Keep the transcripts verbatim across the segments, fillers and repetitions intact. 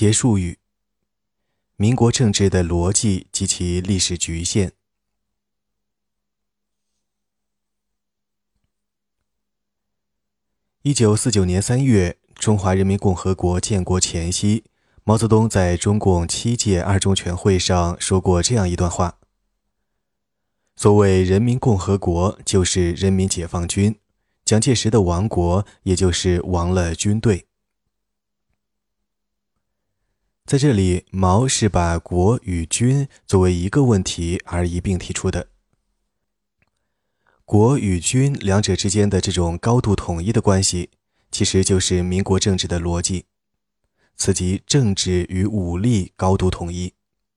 结束语：民国政治的逻辑及其历史局限。一九四九年三月，中华人民共和国建国前夕，毛泽东在中共七届二中全会上说过这样一段话：所谓人民共和国，就是人民解放军，蒋介石的亡国，也就是亡了军队。在这里，毛是把国与军作为一个问题而一并提出的。国与军两者之间的这种高度统一的关系，其实就是民国政治的逻辑，此即政治与武力高度统一。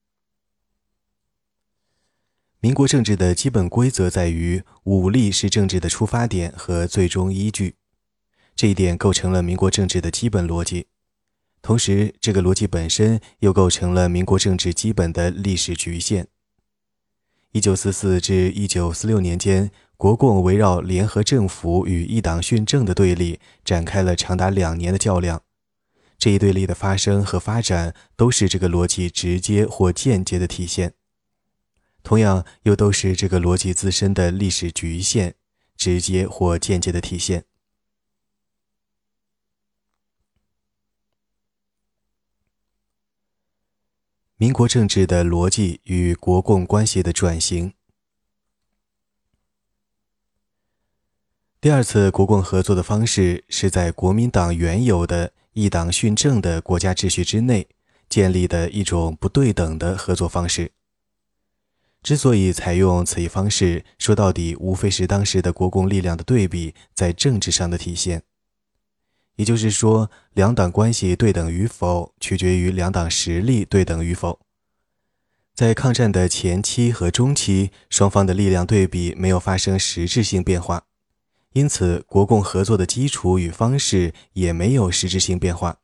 民国政治的基本规则在于，武力是政治的出发点和最终依据，这一点构成了民国政治的基本逻辑。同时，这个逻辑本身又构成了民国政治基本的历史局限。一九四四至一九四六年间，国共围绕联合政府与一党训政的对立展开了长达两年的较量。这一对立的发生和发展都是这个逻辑直接或间接的体现，同样又都是这个逻辑自身的历史局限，直接或间接的体现。民国政治的逻辑与国共关系的转型。第二次国共合作的方式是在国民党原有的一党训政的国家秩序之内建立的一种不对等的合作方式。之所以采用此一方式，说到底无非是当时的国共力量的对比在政治上的体现。也就是说，两党关系对等与否，取决于两党实力对等与否。在抗战的前期和中期，双方的力量对比没有发生实质性变化，因此国共合作的基础与方式也没有实质性变化。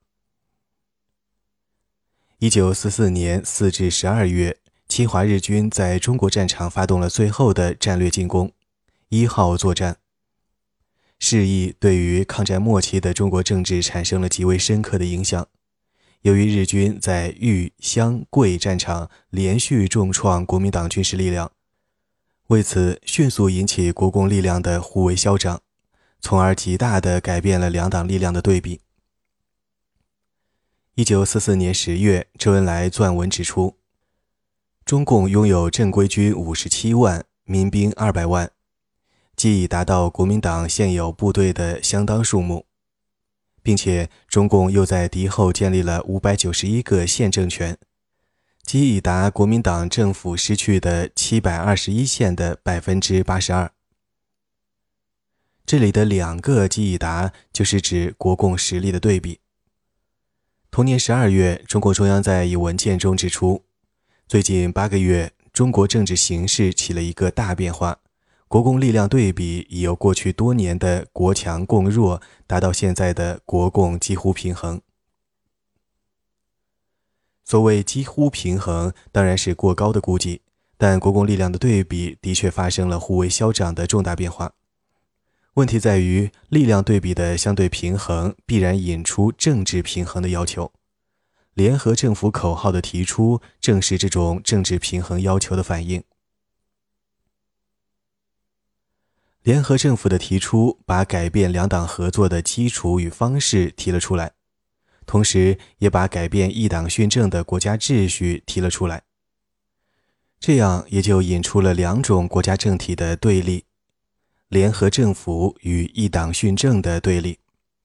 一九四四年四至十二月，侵华日军在中国战场发动了最后的战略进攻——一号作战。事役对于抗战末期的中国政治产生了极为深刻的影响。由于日军在豫、湘、桂战场连续重创国民党军事力量，为此迅速引起国共力量的互为消长，从而极大地改变了两党力量的对比。一九四四年十月，周恩来撰文指出，中共拥有正规军五十七万，民兵二百万，即已达到国民党现有部队的相当数目，并且中共又在敌后建立了五百九十一个县政权，即已达国民党政府失去的七百二十一县的 百分之八十二。 这里的两个即已达就是指国共实力的对比。同年十二月，中共中央在一文件中指出，最近八个月，中国政治形势起了一个大变化，国共力量对比已由过去多年的国强共弱达到现在的国共几乎平衡。所谓几乎平衡当然是过高的估计，但国共力量的对比的确发生了互为消长的重大变化。问题在于，力量对比的相对平衡必然引出政治平衡的要求。联合政府口号的提出正是这种政治平衡要求的反映。联合政府的提出把改变两党合作的基础与方式提了出来，同时也把改变一党训政的国家秩序提了出来。这样也就引出了两种国家政体的对立：联合政府与一党训政的对立。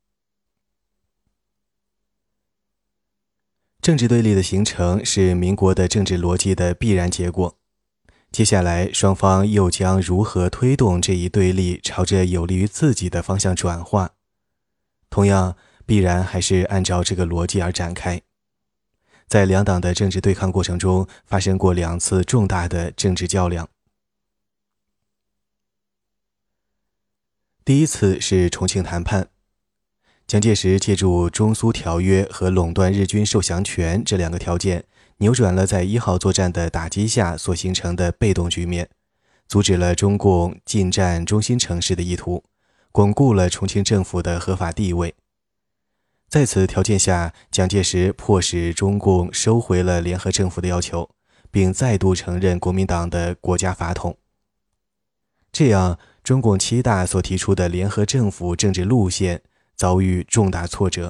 政治对立的形成是民国的政治逻辑的必然结果。接下来，双方又将如何推动这一对立朝着有利于自己的方向转化？同样，必然还是按照这个逻辑而展开。在两党的政治对抗过程中，发生过两次重大的政治较量。第一次是重庆谈判，蒋介石借助中苏条约和垄断日军受降权这两个条件，扭转了在一号作战的打击下所形成的被动局面，阻止了中共进占中心城市的意图，巩固了重庆政府的合法地位。 在此条件下，蒋介石迫使中共收回了联合政府的要求，并再度承认国民党的国家法统。这样，中共七大所提出的联合政府政治路线遭遇重大挫折。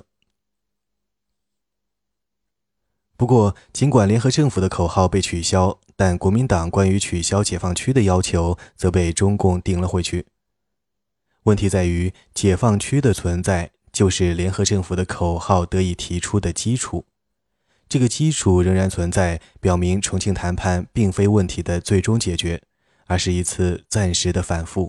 不过，尽管联合政府的口号被取消，但国民党关于取消解放区的要求则被中共顶了回去。问题在于，解放区的存在就是联合政府的口号得以提出的基础。这个基础仍然存在，表明重庆谈判并非问题的最终解决，而是一次暂时的反复。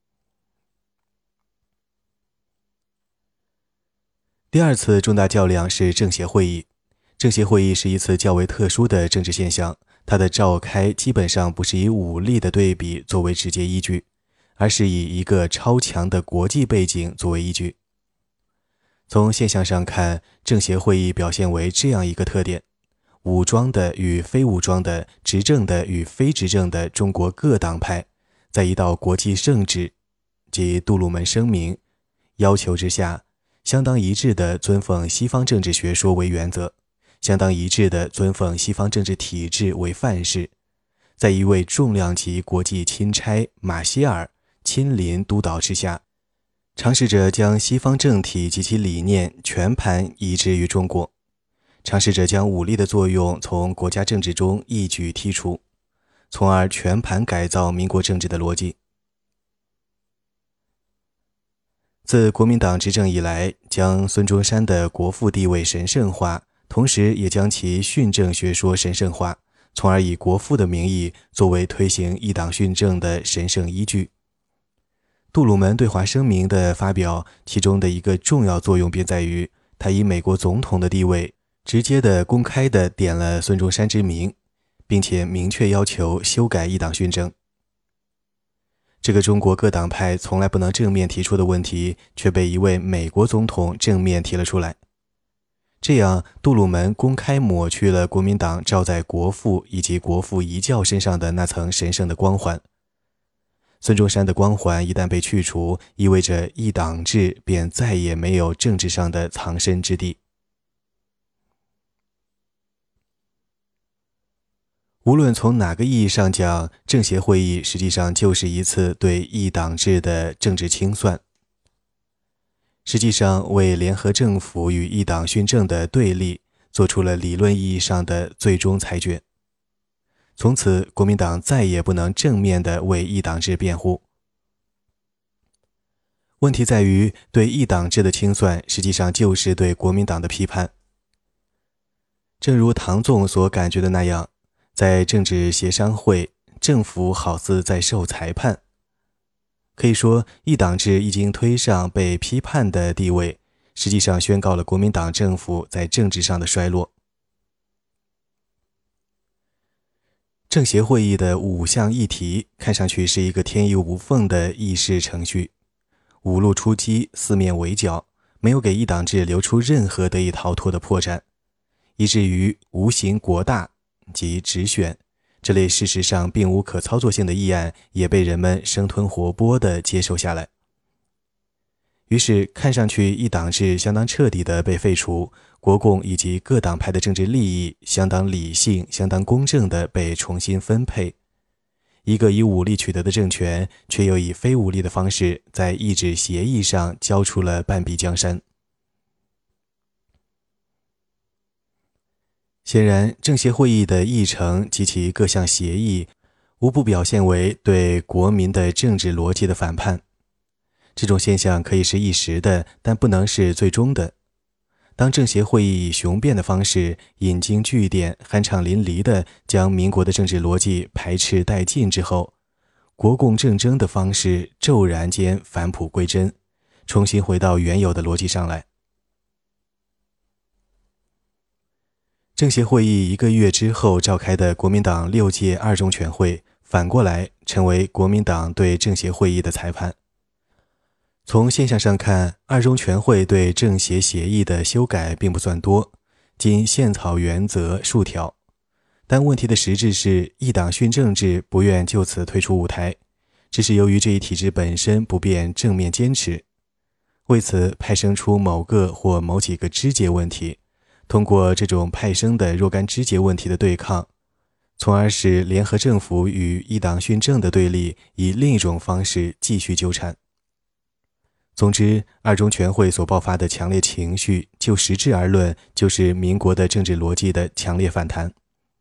第二次重大较量是政协会议。政协会议是一次较为特殊的政治现象，它的召开基本上不是以武力的对比作为直接依据，而是以一个超强的国际背景作为依据。从现象上看，政协会议表现为这样一个特点：武装的与非武装的、执政的与非执政的中国各党派，在一道国际圣旨即杜鲁门声明要求之下，相当一致地遵奉西方政治学说为原则，相当一致地遵奉西方政治体制为范式，在一位重量级国际钦差马歇尔亲临督导之下，尝试着将西方政体及其理念全盘移植于中国，尝试着将武力的作用从国家政治中一举剔除，从而全盘改造民国政治的逻辑。自国民党执政以来，将孙中山的国父地位神圣化，同时也将其训政学说神圣化，从而以国父的名义作为推行一党训政的神圣依据。杜鲁门对华声明的发表，其中的一个重要作用便在于，他以美国总统的地位，直接的、公开的点了孙中山之名，并且明确要求修改一党训政。这个中国各党派从来不能正面提出的问题，却被一位美国总统正面提了出来。这样，杜鲁门公开抹去了国民党罩在国父以及国父遗教身上的那层神圣的光环。孙中山的光环一旦被去除，意味着一党制便再也没有政治上的藏身之地。无论从哪个意义上讲，政协会议实际上就是一次对一党制的政治清算，实际上为联合政府与一党训政的对立做出了理论意义上的最终裁决。从此，国民党再也不能正面地为一党制辩护。问题在于，对一党制的清算实际上就是对国民党的批判。正如唐纵所感觉的那样，在政治协商会，政府好似在受裁判。可以说，一党制一经推上被批判的地位，实际上宣告了国民党政府在政治上的衰落。政协会议的五项议题看上去是一个天衣无缝的议事程序，五路出击，四面围剿，没有给一党制留出任何得以逃脱的破绽，以至于无形国大及直选这类事实上并无可操作性的议案也被人们生吞活剥地接受下来。于是看上去一党制相当彻底地被废除，国共以及各党派的政治利益相当理性、相当公正地被重新分配。一个以武力取得的政权，却又以非武力的方式在意志协议上交出了半壁江山。显然，政协会议的议程及其各项协议，无不表现为对国民的政治逻辑的反叛。这种现象可以是一时的，但不能是最终的。当政协会议以雄辩的方式引经据典、酣畅淋漓地将民国的政治逻辑排斥殆尽之后，国共政争的方式骤然间返璞归真，重新回到原有的逻辑上来。政协会议一个月之后召开的国民党六届二中全会，反过来成为国民党对政协会议的裁判。从现象上看，二中全会对政协协议的修改并不算多，仅宪草原则数条。但问题的实质是，一党训政制不愿就此退出舞台，只是由于这一体制本身不便正面坚持。 为此派生出某个或某几个枝节问题，通过这种派生的若干枝节问题的对抗，从而使联合政府与一党训政的对立以另一种方式继续纠缠。总之，二中全会所爆发的强烈情绪，就实质而论，就是民国的政治逻辑的强烈反弹。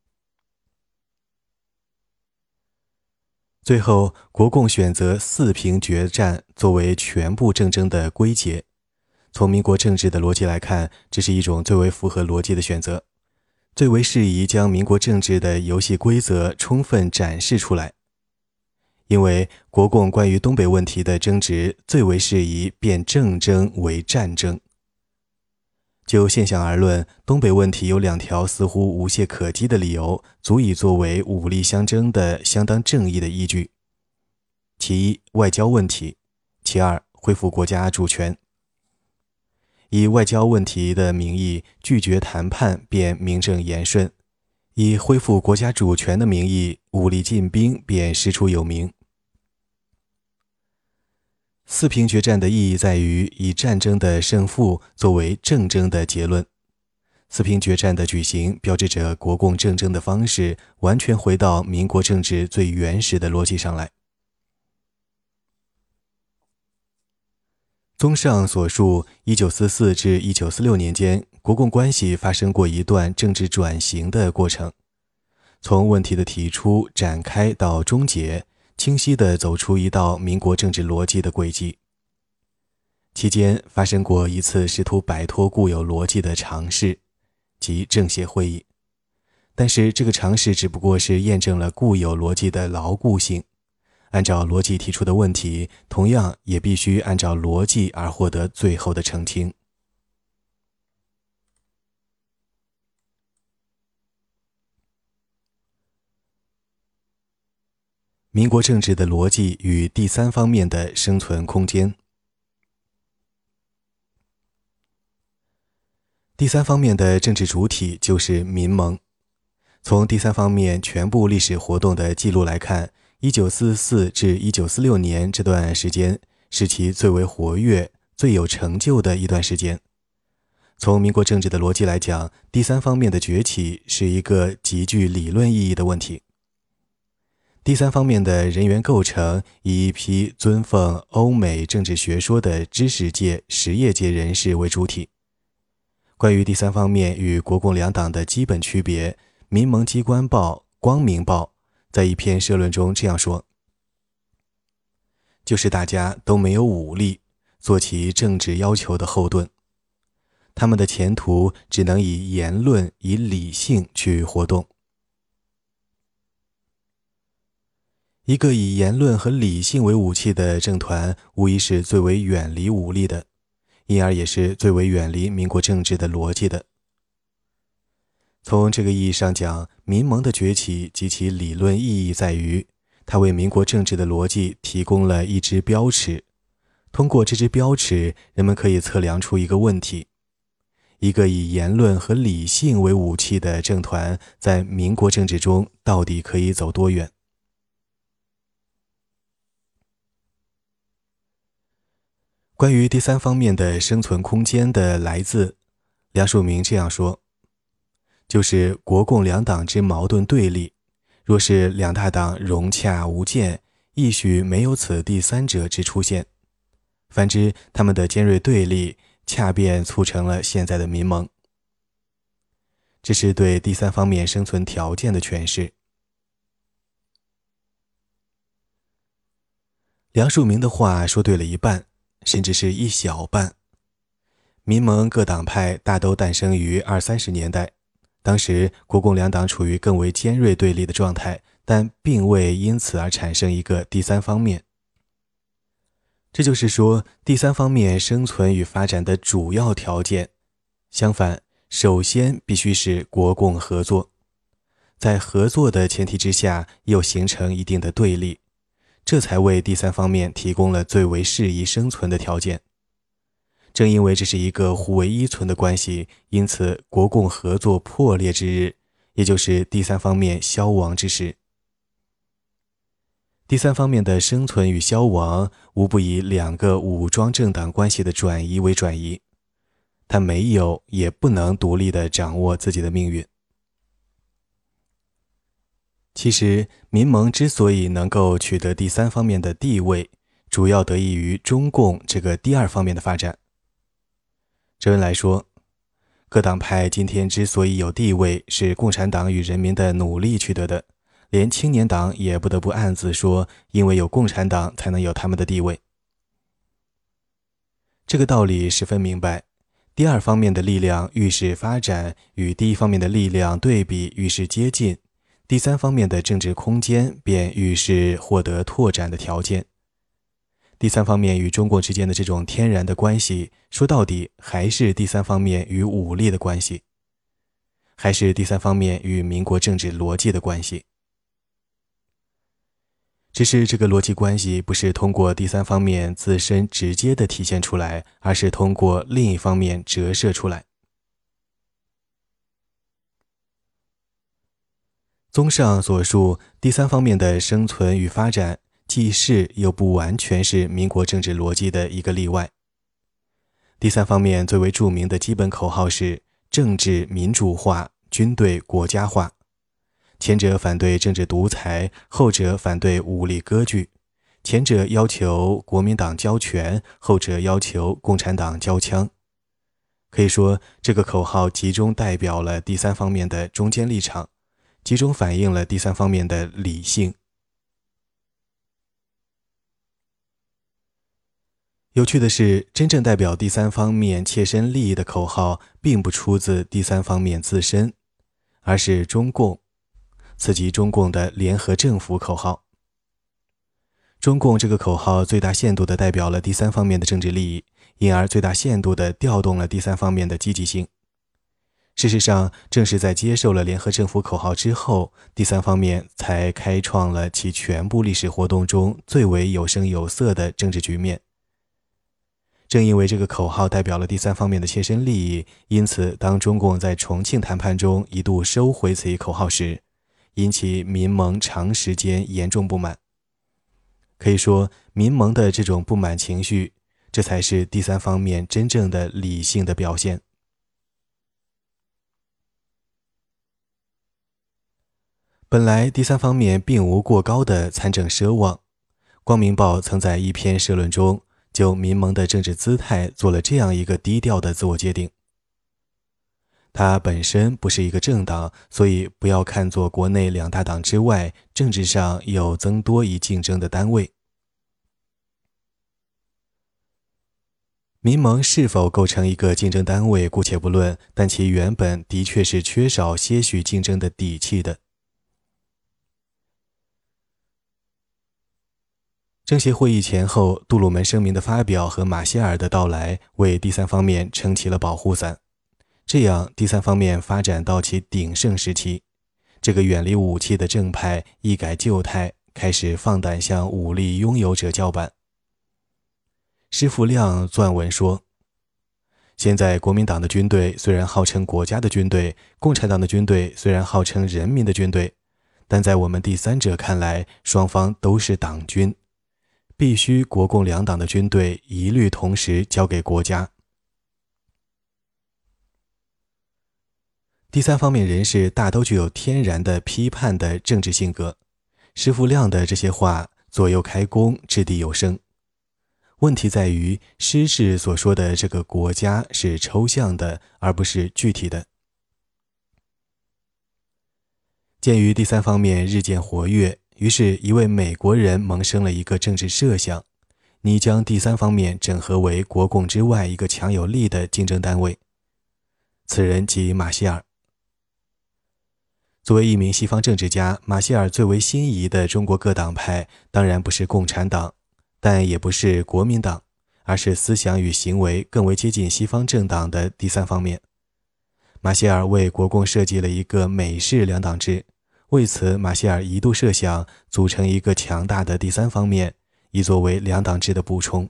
最后，国共选择四平决战作为全部政争的归结。从民国政治的逻辑来看，这是一种最为符合逻辑的选择，最为适宜将民国政治的游戏规则充分展示出来。因为国共关于东北问题的争执最为适宜变政争为战争。就现象而论，东北问题有两条似乎无懈可击的理由，足以作为武力相争的相当正义的依据。其一，外交问题；其二，恢复国家主权。以外交问题的名义拒绝谈判便名正言顺，以恢复国家主权的名义武力进兵便师出有名。四平决战的意义在于以战争的胜负作为政争的结论。四平决战的举行标志着国共政争的方式完全回到民国政治最原始的逻辑上来。综上所述，一九四四至一九四六年间，国共关系发生过一段政治转型的过程，从问题的提出、展开到终结，清晰地走出一道民国政治逻辑的轨迹。期间发生过一次试图摆脱固有逻辑的尝试，即政协会议，但是这个尝试只不过是验证了固有逻辑的牢固性。按照逻辑提出的问题，同样也必须按照逻辑而获得最后的澄清。民国政治的逻辑与第三方面的生存空间。第三方面的政治主体就是民盟。从第三方面全部历史活动的记录来看，一九四四至一九四六年这段时间是其最为活跃、最有成就的一段时间。从民国政治的逻辑来讲，第三方面的崛起是一个极具理论意义的问题。第三方面的人员构成以一批尊奉欧美政治学说的知识界、实业界人士为主体。关于第三方面与国共两党的基本区别，民盟机关报《光明报》在一篇社论中这样说：就是大家都没有武力做其政治要求的后盾，他们的前途只能以言论、以理性去活动。一个以言论和理性为武器的政团，无疑是最为远离武力的，因而也是最为远离民国政治的逻辑的。从这个意义上讲，民盟的崛起及其理论意义在于，它为民国政治的逻辑提供了一支标尺。通过这支标尺，人们可以测量出一个问题：一个以言论和理性为武器的政团，在民国政治中到底可以走多远？关于第三方面的生存空间的来自，梁漱溟这样说：就是国共两党之矛盾对立，若是两大党融洽无间，亦许没有此第三者之出现。反之，他们的尖锐对立，恰便促成了现在的民盟。这是对第三方面生存条件的诠释。梁漱溟的话说对了一半，甚至是一小半。民盟各党派大都诞生于二三十年代，当时国共两党处于更为尖锐对立的状态，但并未因此而产生一个第三方面。这就是说，第三方面生存与发展的主要条件，相反，首先必须是国共合作，在合作的前提之下，又形成一定的对立，这才为第三方面提供了最为适宜生存的条件。正因为这是一个互为依存的关系，因此国共合作破裂之日，也就是第三方面消亡之时。第第三方面的生存与消亡，无不以两个武装政党关系的转移为转移，它没有也不能独立地掌握自己的命运。其实，民盟之所以能够取得第三方面的地位，主要得益于中共这个第二方面的发展。周恩来说，各党派今天之所以有地位，是共产党与人民的努力取得的，连青年党也不得不暗自说，因为有共产党才能有他们的地位。这个道理十分明白，第二方面的力量愈是发展，与第一方面的力量对比愈是接近，第三方面的政治空间便愈是获得拓展的条件。第三方面与中国之间的这种天然的关系，说到底还是第三方面与武力的关系，还是第三方面与民国政治逻辑的关系。只是这个逻辑关系不是通过第三方面自身直接的体现出来，而是通过另一方面折射出来。综上所述，第三方面的生存与发展，既是又不完全是民国政治逻辑的一个例外。第三方面最为著名的基本口号是政治民主化，军队国家化，前者反对政治独裁，后者反对武力割据，前者要求国民党交权，后者要求共产党交枪。可以说，这个口号集中代表了第三方面的中间立场，集中反映了第三方面的理性。有趣的是，真正代表第三方面切身利益的口号，并不出自第三方面自身，而是中共，此即中共的联合政府口号。中共这个口号最大限度地代表了第三方面的政治利益，因而最大限度地调动了第三方面的积极性。事实上，正是在接受了联合政府口号之后，第三方面才开创了其全部历史活动中最为有声有色的政治局面。正因为这个口号代表了第三方面的切身利益，因此当中共在重庆谈判中一度收回此一口号时，引起民盟长时间严重不满。可以说，民盟的这种不满情绪，这才是第三方面真正的理性的表现。本来第三方面并无过高的参政奢望，光明报曾在一篇社论中就民盟的政治姿态做了这样一个低调的自我界定：它本身不是一个政党，所以不要看作国内两大党之外政治上有增多一竞争的单位。民盟是否构成一个竞争单位姑且不论，但其原本的确是缺少些许竞争的底气的。政协会议前后，杜鲁门声明的发表和马歇尔的到来为第三方面撑起了保护伞，这样第三方面发展到其鼎盛时期，这个远离武器的正派一改旧态，开始放胆向武力拥有者叫板。施傅亮撰文说，现在国民党的军队虽然号称国家的军队，共产党的军队虽然号称人民的军队，但在我们第三者看来，双方都是党军，必须国共两党的军队一律同时交给国家。第三方面人士大都具有天然的批判的政治性格，施傅亮的这些话左右开弓，掷地有声。问题在于，施氏所说的这个国家是抽象的，而不是具体的。鉴于第三方面日渐活跃，于是一位美国人萌生了一个政治设想，拟将第三方面整合为国共之外一个强有力的竞争单位。此人即马歇尔。作为一名西方政治家，马歇尔最为心仪的中国各党派当然不是共产党，但也不是国民党，而是思想与行为更为接近西方政党的第三方面。马歇尔为国共设计了一个美式两党制，为此马歇尔一度设想组成一个强大的第三方面，以作为两党制的补充。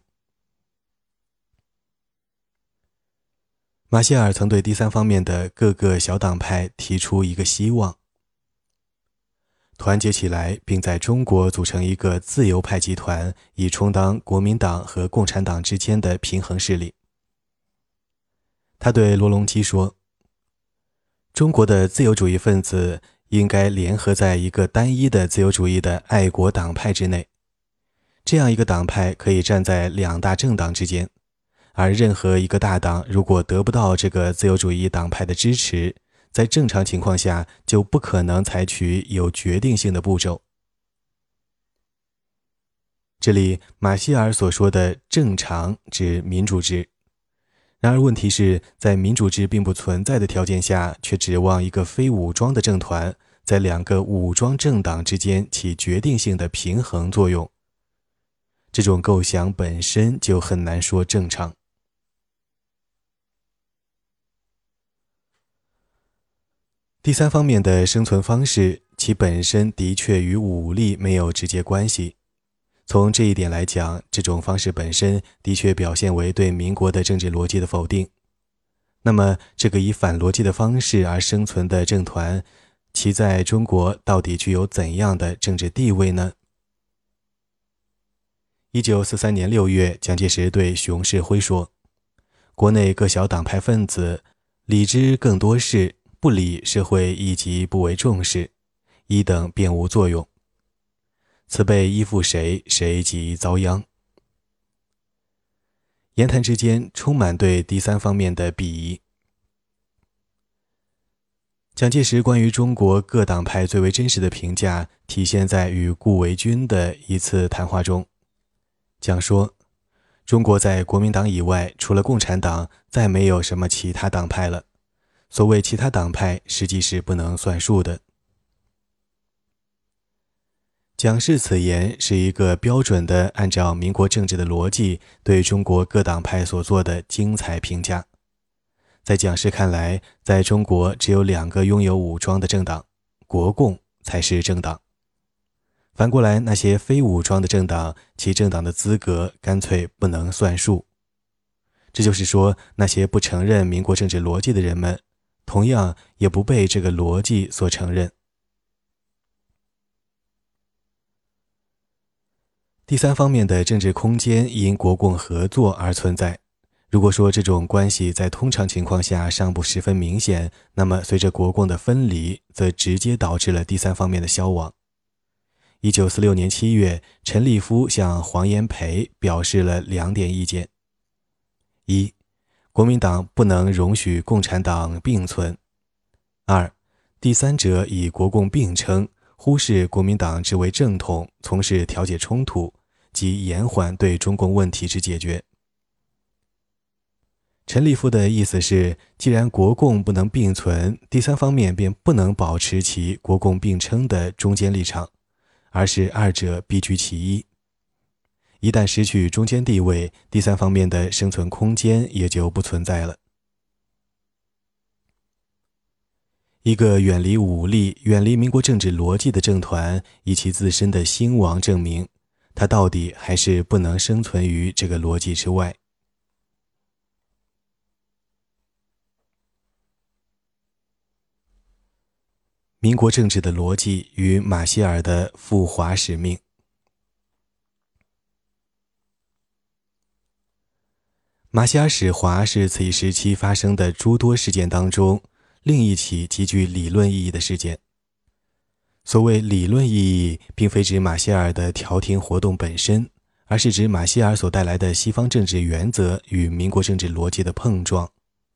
马歇尔曾对第三方面的各个小党派提出一个希望： 团结起来，并在中国组成一个自由派集团，以充当国民党和共产党之间的平衡势力。他对罗隆基说，中国的自由主义分子应该联合在一个单一的自由主义的爱国党派之内，这样一个党派可以站在两大政党之间，而任何一个大党如果得不到这个自由主义党派的支持，在正常情况下就不可能采取有决定性的步骤。这里马歇尔所说的正常指民主制，然而问题是，在民主制并不存在的条件下，却指望一个非武装的政团在两个武装政党之间起决定性的平衡作用。这种构想本身就很难说正常。第三方面的生存方式，其本身的确与武力没有直接关系。从这一点来讲，这种方式本身的确表现为对民国的政治逻辑的否定。那么，这个以反逻辑的方式而生存的政团，其在中国到底具有怎样的政治地位呢？一九四三年六月，蒋介石对熊式辉说，国内各小党派分子理之更多事，不理社会亦即不为重视，一等便无作用。此辈依附谁，谁即遭殃。言谈之间充满对第三方面的鄙夷。蒋介石关于中国各党派最为真实的评价，体现在与顾维钧的一次谈话中。蒋说，中国在国民党以外，除了共产党，再没有什么其他党派了。所谓其他党派，实际是不能算数的。蒋氏此言是一个标准的按照民国政治的逻辑对中国各党派所做的精彩评价。在蒋氏看来，在中国只有两个拥有武装的政党，国共才是政党。反过来，那些非武装的政党，其政党的资格干脆不能算数。这就是说，那些不承认民国政治逻辑的人们，同样也不被这个逻辑所承认。第三方面的政治空间因国共合作而存在。如果说这种关系在通常情况下尚不十分明显，那么随着国共的分离，则直接导致了第三方面的消亡。一九四六年七月，陈立夫向黄炎培表示了两点意见：一、国民党不能容许共产党并存；二、第三者以国共并称，忽视国民党之为正统，从事调解冲突及延缓对中共问题之解决。陈立夫的意思是，既然国共不能并存，第三方面便不能保持其国共并称的中间立场，而是二者必居其一。一旦失去中间地位，第三方面的生存空间也就不存在了。一个远离武力、远离民国政治逻辑的政团，以其自身的兴亡证明，它到底还是不能生存于这个逻辑之外。民国政治的逻辑与马歇尔的赴华使命。马歇尔使华是此一时期发生的诸多事件当中另一起极具理论意义的事件。所谓理论意义，并非指马歇尔的调停活动本身，而是指马歇尔所带来的西方政治原则与民国政治逻辑的碰撞。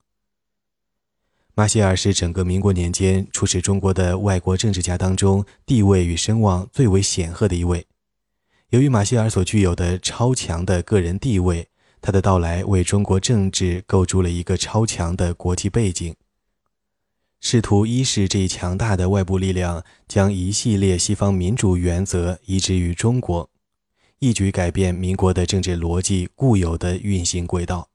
马歇尔是整个民国年间出使中国的外国政治家当中地位与声望最为显赫的一位。由于马歇尔所具有的超强的个人地位，他的到来为中国政治构筑了一个超强的国际背景，试图依恃这一强大的外部力量，将一系列西方民主原则移植于中国，一举改变民国的政治逻辑固有的运行轨道。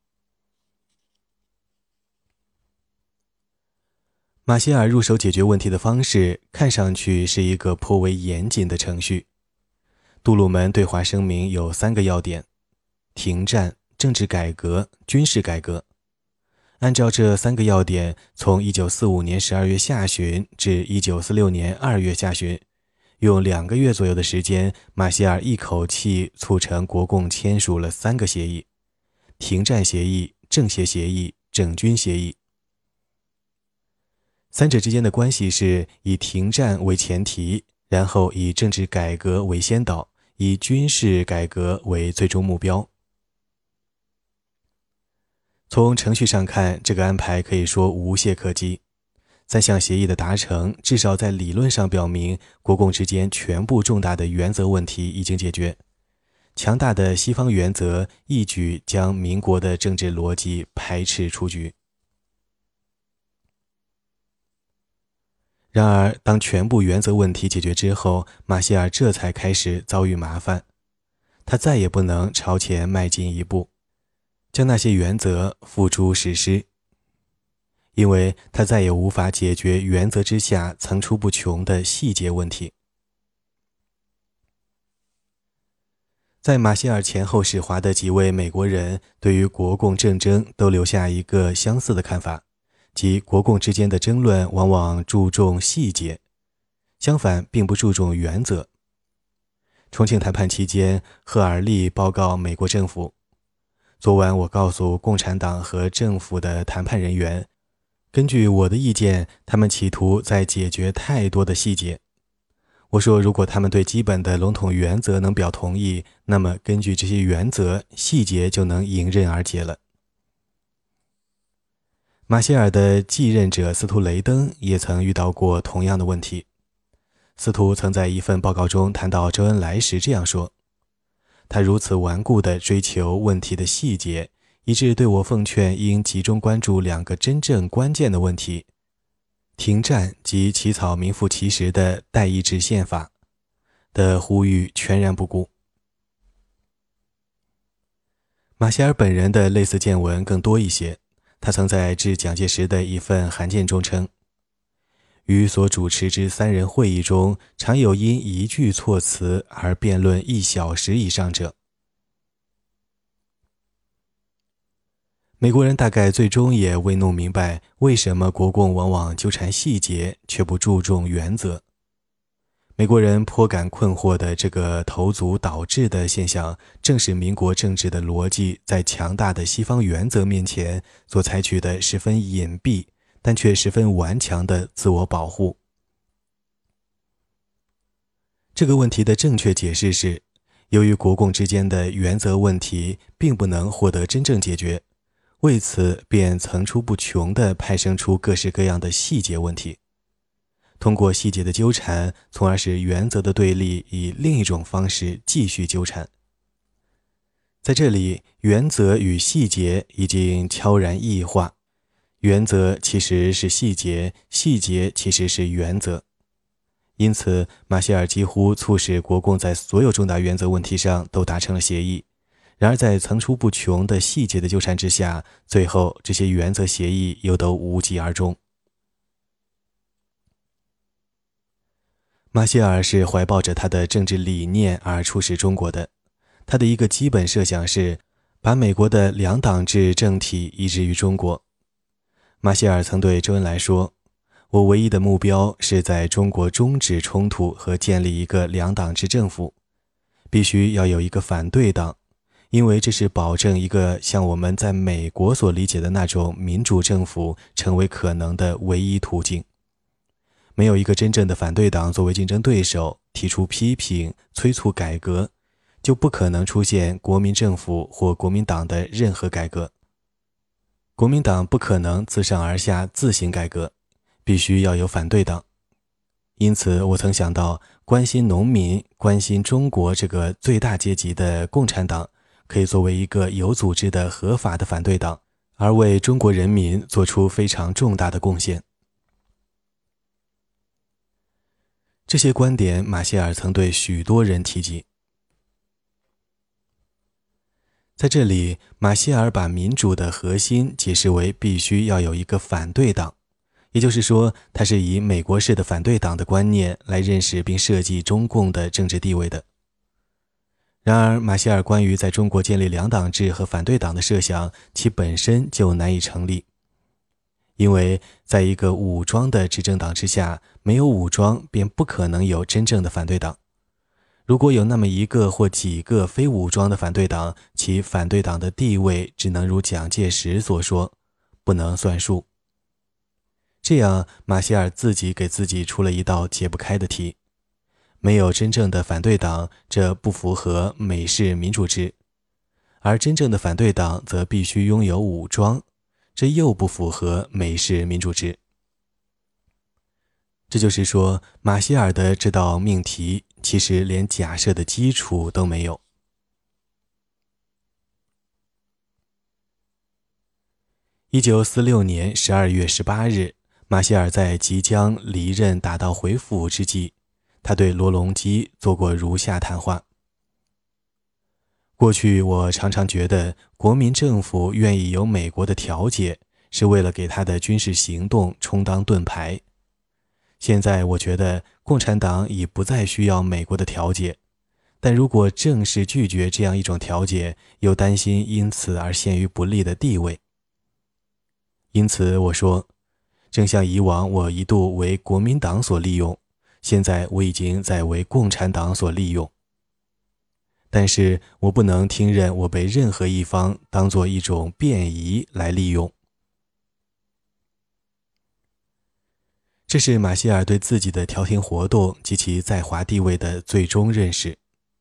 马歇尔入手解决问题的方式，看上去是一个颇为严谨的程序。杜鲁门对华声明有三个要点：停战、政治改革、军事改革。按照这三个要点，从一九四五年十二月下旬至一九四六年二月下旬， 用两个月左右的时间，马歇尔一口气促成国共签署了三个协议：停战协议、政协协议、整军协议。三者之间的关系是以停战为前提，然后以政治改革为先导，以军事改革为最终目标。从程序上看，这个安排可以说无懈可击。三项协议的达成，至少在理论上表明，国共之间全部重大的原则问题已经解决。强大的西方原则一举将民国的政治逻辑排斥出局。然而，当全部原则问题解决之后，马歇尔这才开始遭遇麻烦。他再也不能朝前迈进一步，将那些原则付诸实施，因为他再也无法解决原则之下层出不穷的细节问题。在马歇尔前后使华的几位美国人对于国共政争都留下一个相似的看法，即国共之间的争论往往注重细节，相反并不注重原则。重庆谈判期间，赫尔利报告美国政府，昨晚我告诉共产党和政府的谈判人员，根据我的意见，他们企图在解决太多的细节。我说，如果他们对基本的笼统原则能表同意，那么根据这些原则，细节就能迎刃而解了。马歇尔的继任者司徒雷登也曾遇到过同样的问题。司徒曾在一份报告中谈到周恩来时这样说，他如此顽固地追求问题的细节，以致对我奉劝应集中关注两个真正关键的问题：停战及起草名副其实的代议制宪法的呼吁全然不顾。马歇尔本人的类似见闻更多一些，他曾在致蒋介石的一份函件中称，于所主持之三人会议中，常有因一句措辞而辩论一小时以上者。美国人大概最终也未弄明白，为什么国共往往纠缠细节，却不注重原则。美国人颇感困惑的这个头足倒置的现象，正是民国政治的逻辑在强大的西方原则面前所采取的十分隐蔽但却十分顽强的自我保护。这个问题的正确解释是，由于国共之间的原则问题并不能获得真正解决，为此便层出不穷地派生出各式各样的细节问题。通过细节的纠缠，从而使原则的对立以另一种方式继续纠缠。在这里，原则与细节已经悄然异化，原则其实是细节，细节其实是原则。因此，马歇尔几乎促使国共在所有重大原则问题上都达成了协议。然而在层出不穷的细节的纠缠之下，最后这些原则协议又都无疾而终。马歇尔是怀抱着他的政治理念而出使中国的，他的一个基本设想是把美国的两党制政体移植于中国。马歇尔曾对周恩来说，我唯一的目标是在中国终止冲突和建立一个两党制政府，必须要有一个反对党，因为这是保证一个像我们在美国所理解的那种民主政府成为可能的唯一途径。没有一个真正的反对党作为竞争对手，提出批评，催促改革，就不可能出现国民政府或国民党的任何改革。国民党不可能自上而下自行改革，必须要有反对党。因此，我曾想到，关心农民、关心中国这个最大阶级的共产党，可以作为一个有组织的合法的反对党，而为中国人民做出非常重大的贡献。这些观点，马歇尔曾对许多人提及。在这里，马歇尔把民主的核心解释为必须要有一个反对党，也就是说，他是以美国式的反对党的观念来认识并设计中共的政治地位的。然而，马歇尔关于在中国建立两党制和反对党的设想，其本身就难以成立。 因为在一个武装的执政党之下，没有武装便不可能有真正的反对党。如果有那么一个或几个非武装的反对党，其反对党的地位只能如蒋介石所说，不能算数。这样，马歇尔自己给自己出了一道解不开的题。没有真正的反对党，这不符合美式民主制；而真正的反对党则必须拥有武装，这又不符合美式民主制。这就是说，马歇尔的这道命题其实连假设的基础都没有。一九四六年十二月十八日，马歇尔在即将离任打道回府之际，他对罗隆基做过如下谈话：过去我常常觉得国民政府愿意有美国的调解，是为了给他的军事行动充当盾牌。现在我觉得共产党已不再需要美国的调解，但如果正式拒绝这样一种调解，又担心因此而陷于不利的地位。因此我说，正像以往我一度为国民党所利用，现在我已经在为共产党所利用。但是我不能听任我被任何一方当作一种便宜来利用。这是马歇尔对自己的调停活动及其在华地位的最终认识。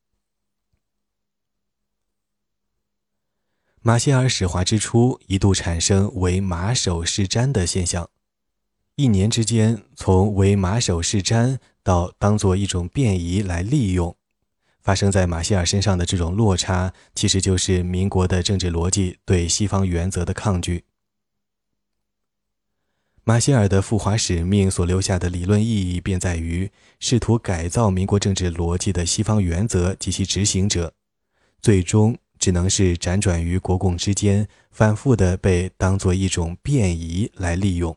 马歇尔使华之初一度产生为马首是瞻的现象，一年之间从为马首是瞻到当作一种便宜来利用，发生在马歇尔身上的这种落差，其实就是民国的政治逻辑对西方原则的抗拒。马歇尔的赴华使命所留下的理论意义便在于试图改造民国政治逻辑的西方原则及其执行者，最终只能是辗转于国共之间，反复地被当作一种便宜来利用。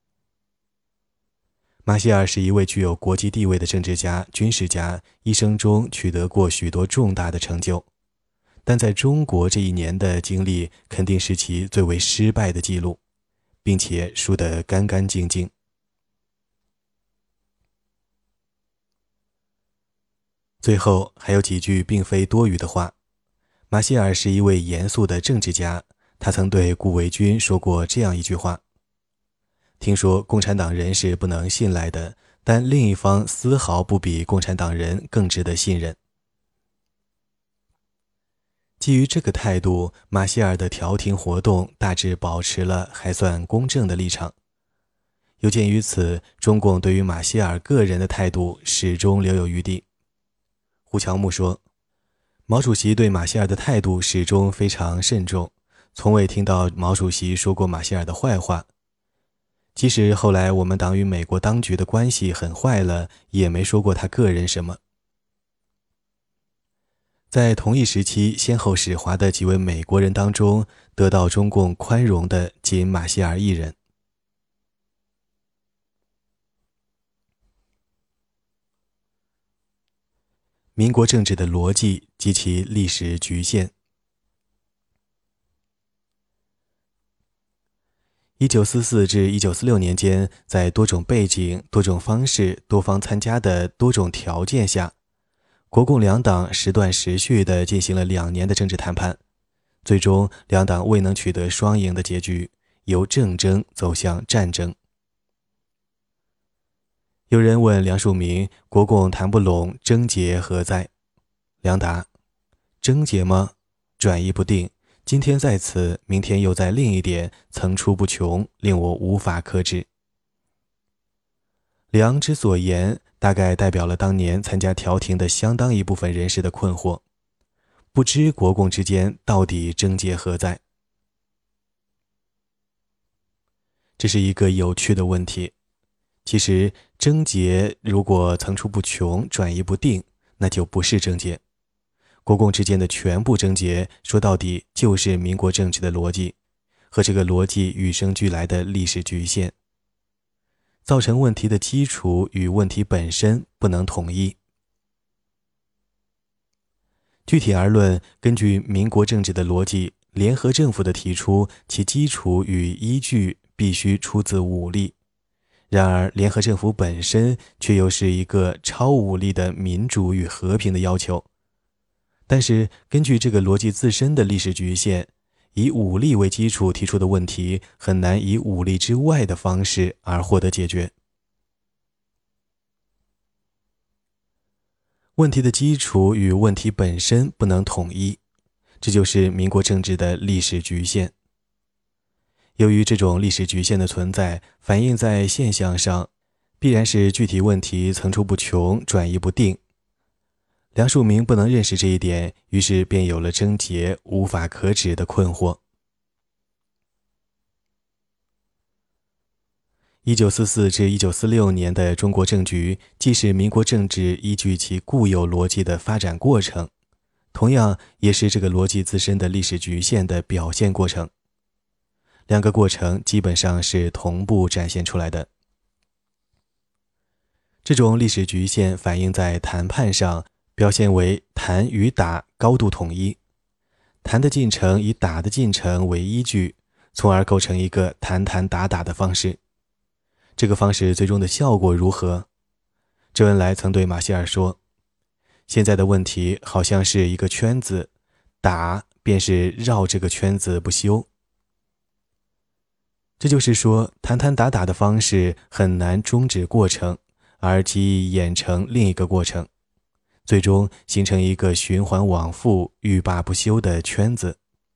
马歇尔是一位具有国际地位的政治家、军事家，一生中取得过许多重大的成就，但在中国这一年的经历肯定是其最为失败的记录，并且输得干干净净。最后还有几句并非多余的话。马歇尔是一位严肃的政治家，他曾对顾维钧说过这样一句话：听说共产党人是不能信赖的，但另一方丝毫不比共产党人更值得信任。基于这个态度，马歇尔的调停活动大致保持了还算公正的立场。有鉴于此，中共对于马歇尔个人的态度始终留有余地。胡乔木说，毛主席对马歇尔的态度始终非常慎重，从未听到毛主席说过马歇尔的坏话。即使后来我们党与美国当局的关系很坏了，也没说过他个人什么。在同一时期先后使华的几位美国人当中，得到中共宽容的仅马歇尔一人。民国政治的逻辑及其历史局限。一九四四至一九四六年间，在多种背景、多种方式、多方参加的多种条件下，国共两党时断时续地进行了两年的政治谈判，最终两党未能取得双赢的结局，由政争走向战争。有人问梁漱溟，国共谈不拢，症结何在？梁答，症结吗？转移不定，今天在此，明天又在另一点，层出不穷，令我无法克制。梁之所言，大概代表了当年参加调停的相当一部分人士的困惑，不知国共之间到底症结何在。这是一个有趣的问题。其实症结如果层出不穷，转移不定，那就不是症结。国共之间的全部症结，说到底就是民国政治的逻辑和这个逻辑与生俱来的历史局限。造成问题的基础与问题本身不能统一。具体而论，根据民国政治的逻辑，联合政府的提出，其基础与依据必须出自武力。然而，联合政府本身却又是一个超武力的民主与和平的要求。但是，根据这个逻辑自身的历史局限，以武力为基础提出的问题很难以武力之外的方式而获得解决。问题的基础与问题本身不能统一，这就是民国政治的历史局限。由于这种历史局限的存在，反映在现象上，必然是具体问题层出不穷，转移不定。梁漱溟不能认识这一点，于是便有了症结无法可指的困惑。一九四四至一九四六年的中国政局，既是民国政治依据其固有逻辑的发展过程，同样也是这个逻辑自身的历史局限的表现过程。两个过程基本上是同步展现出来的。这种历史局限反映在谈判上，表现为谈与打高度统一，谈的进程以打的进程为依据，从而构成一个谈谈打打的方式。这个方式最终的效果如何？周恩来曾对马歇尔说，现在的问题好像是一个圈子，打便是绕这个圈子不休。这就是说，谈谈打打的方式很难终止过程，而极易演成另一个过程，最终形成一个循环往复、欲罢不休的圈子。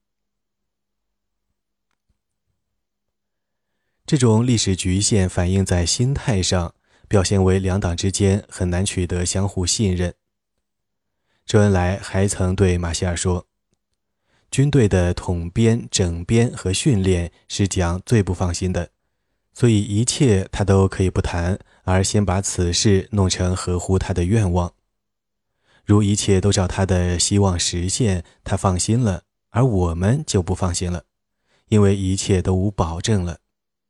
这种历史局限反映在心态上，表现为两党之间很难取得相互信任。周恩来还曾对马歇尔说，军队的统编、整编和训练是蒋最不放心的，所以一切他都可以不谈，而先把此事弄成合乎他的愿望。如一切都照他的希望实现，他放心了，而我们就不放心了，因为一切都无保证了。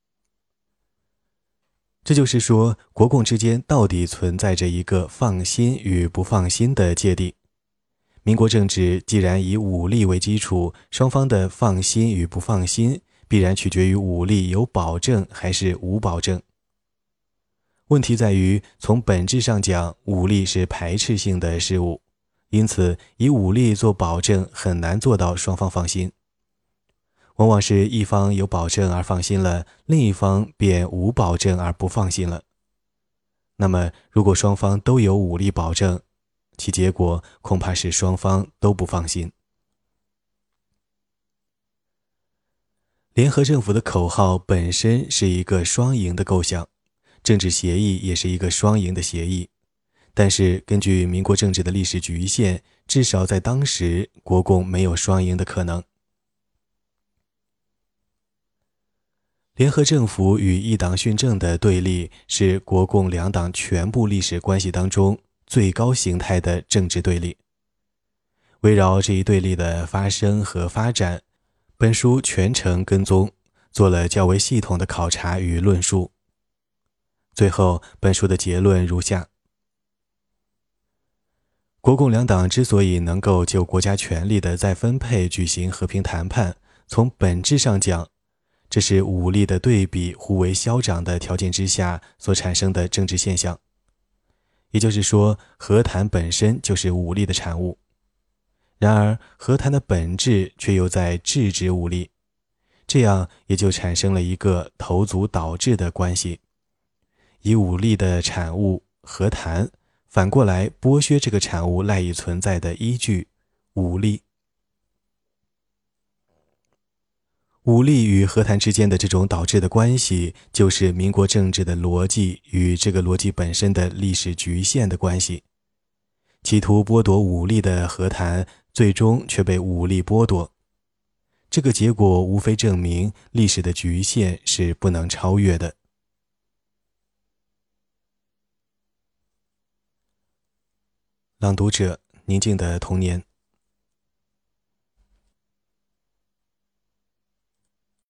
这就是说，国共之间到底存在着一个放心与不放心的芥蒂。民国政治既然以武力为基础，双方的放心与不放心必然取决于武力有保证还是无保证。问题在于，从本质上讲，武力是排斥性的事物，因此以武力做保证很难做到双方放心。往往是一方有保证而放心了，另一方便无保证而不放心了。那么，如果双方都有武力保证，其结果恐怕是双方都不放心。联合政府的口号本身是一个双赢的构想，政治协议也是一个双赢的协议，但是根据民国政治的历史局限，至少在当时，国共没有双赢的可能。联合政府与一党训政的对立是国共两党全部历史关系当中最高形态的政治对立。围绕这一对立的发生和发展，本书全程跟踪，做了较为系统的考察与论述。最后，本书的结论如下：国共两党之所以能够就国家权力的再分配举行和平谈判，从本质上讲，这是武力的对比互为消长的条件之下所产生的政治现象。也就是说，和谈本身就是武力的产物。然而，和谈的本质却又在制止武力，这样也就产生了一个头足导致的关系。以武力的产物和谈，反过来剥削这个产物赖以存在的依据武力。武力与和谈之间的这种导致的关系，就是民国政治的逻辑与这个逻辑本身的历史局限的关系。企图剥夺武力的和谈，最终却被武力剥夺。这个结果无非证明历史的局限是不能超越的。朗读者：宁静的童年。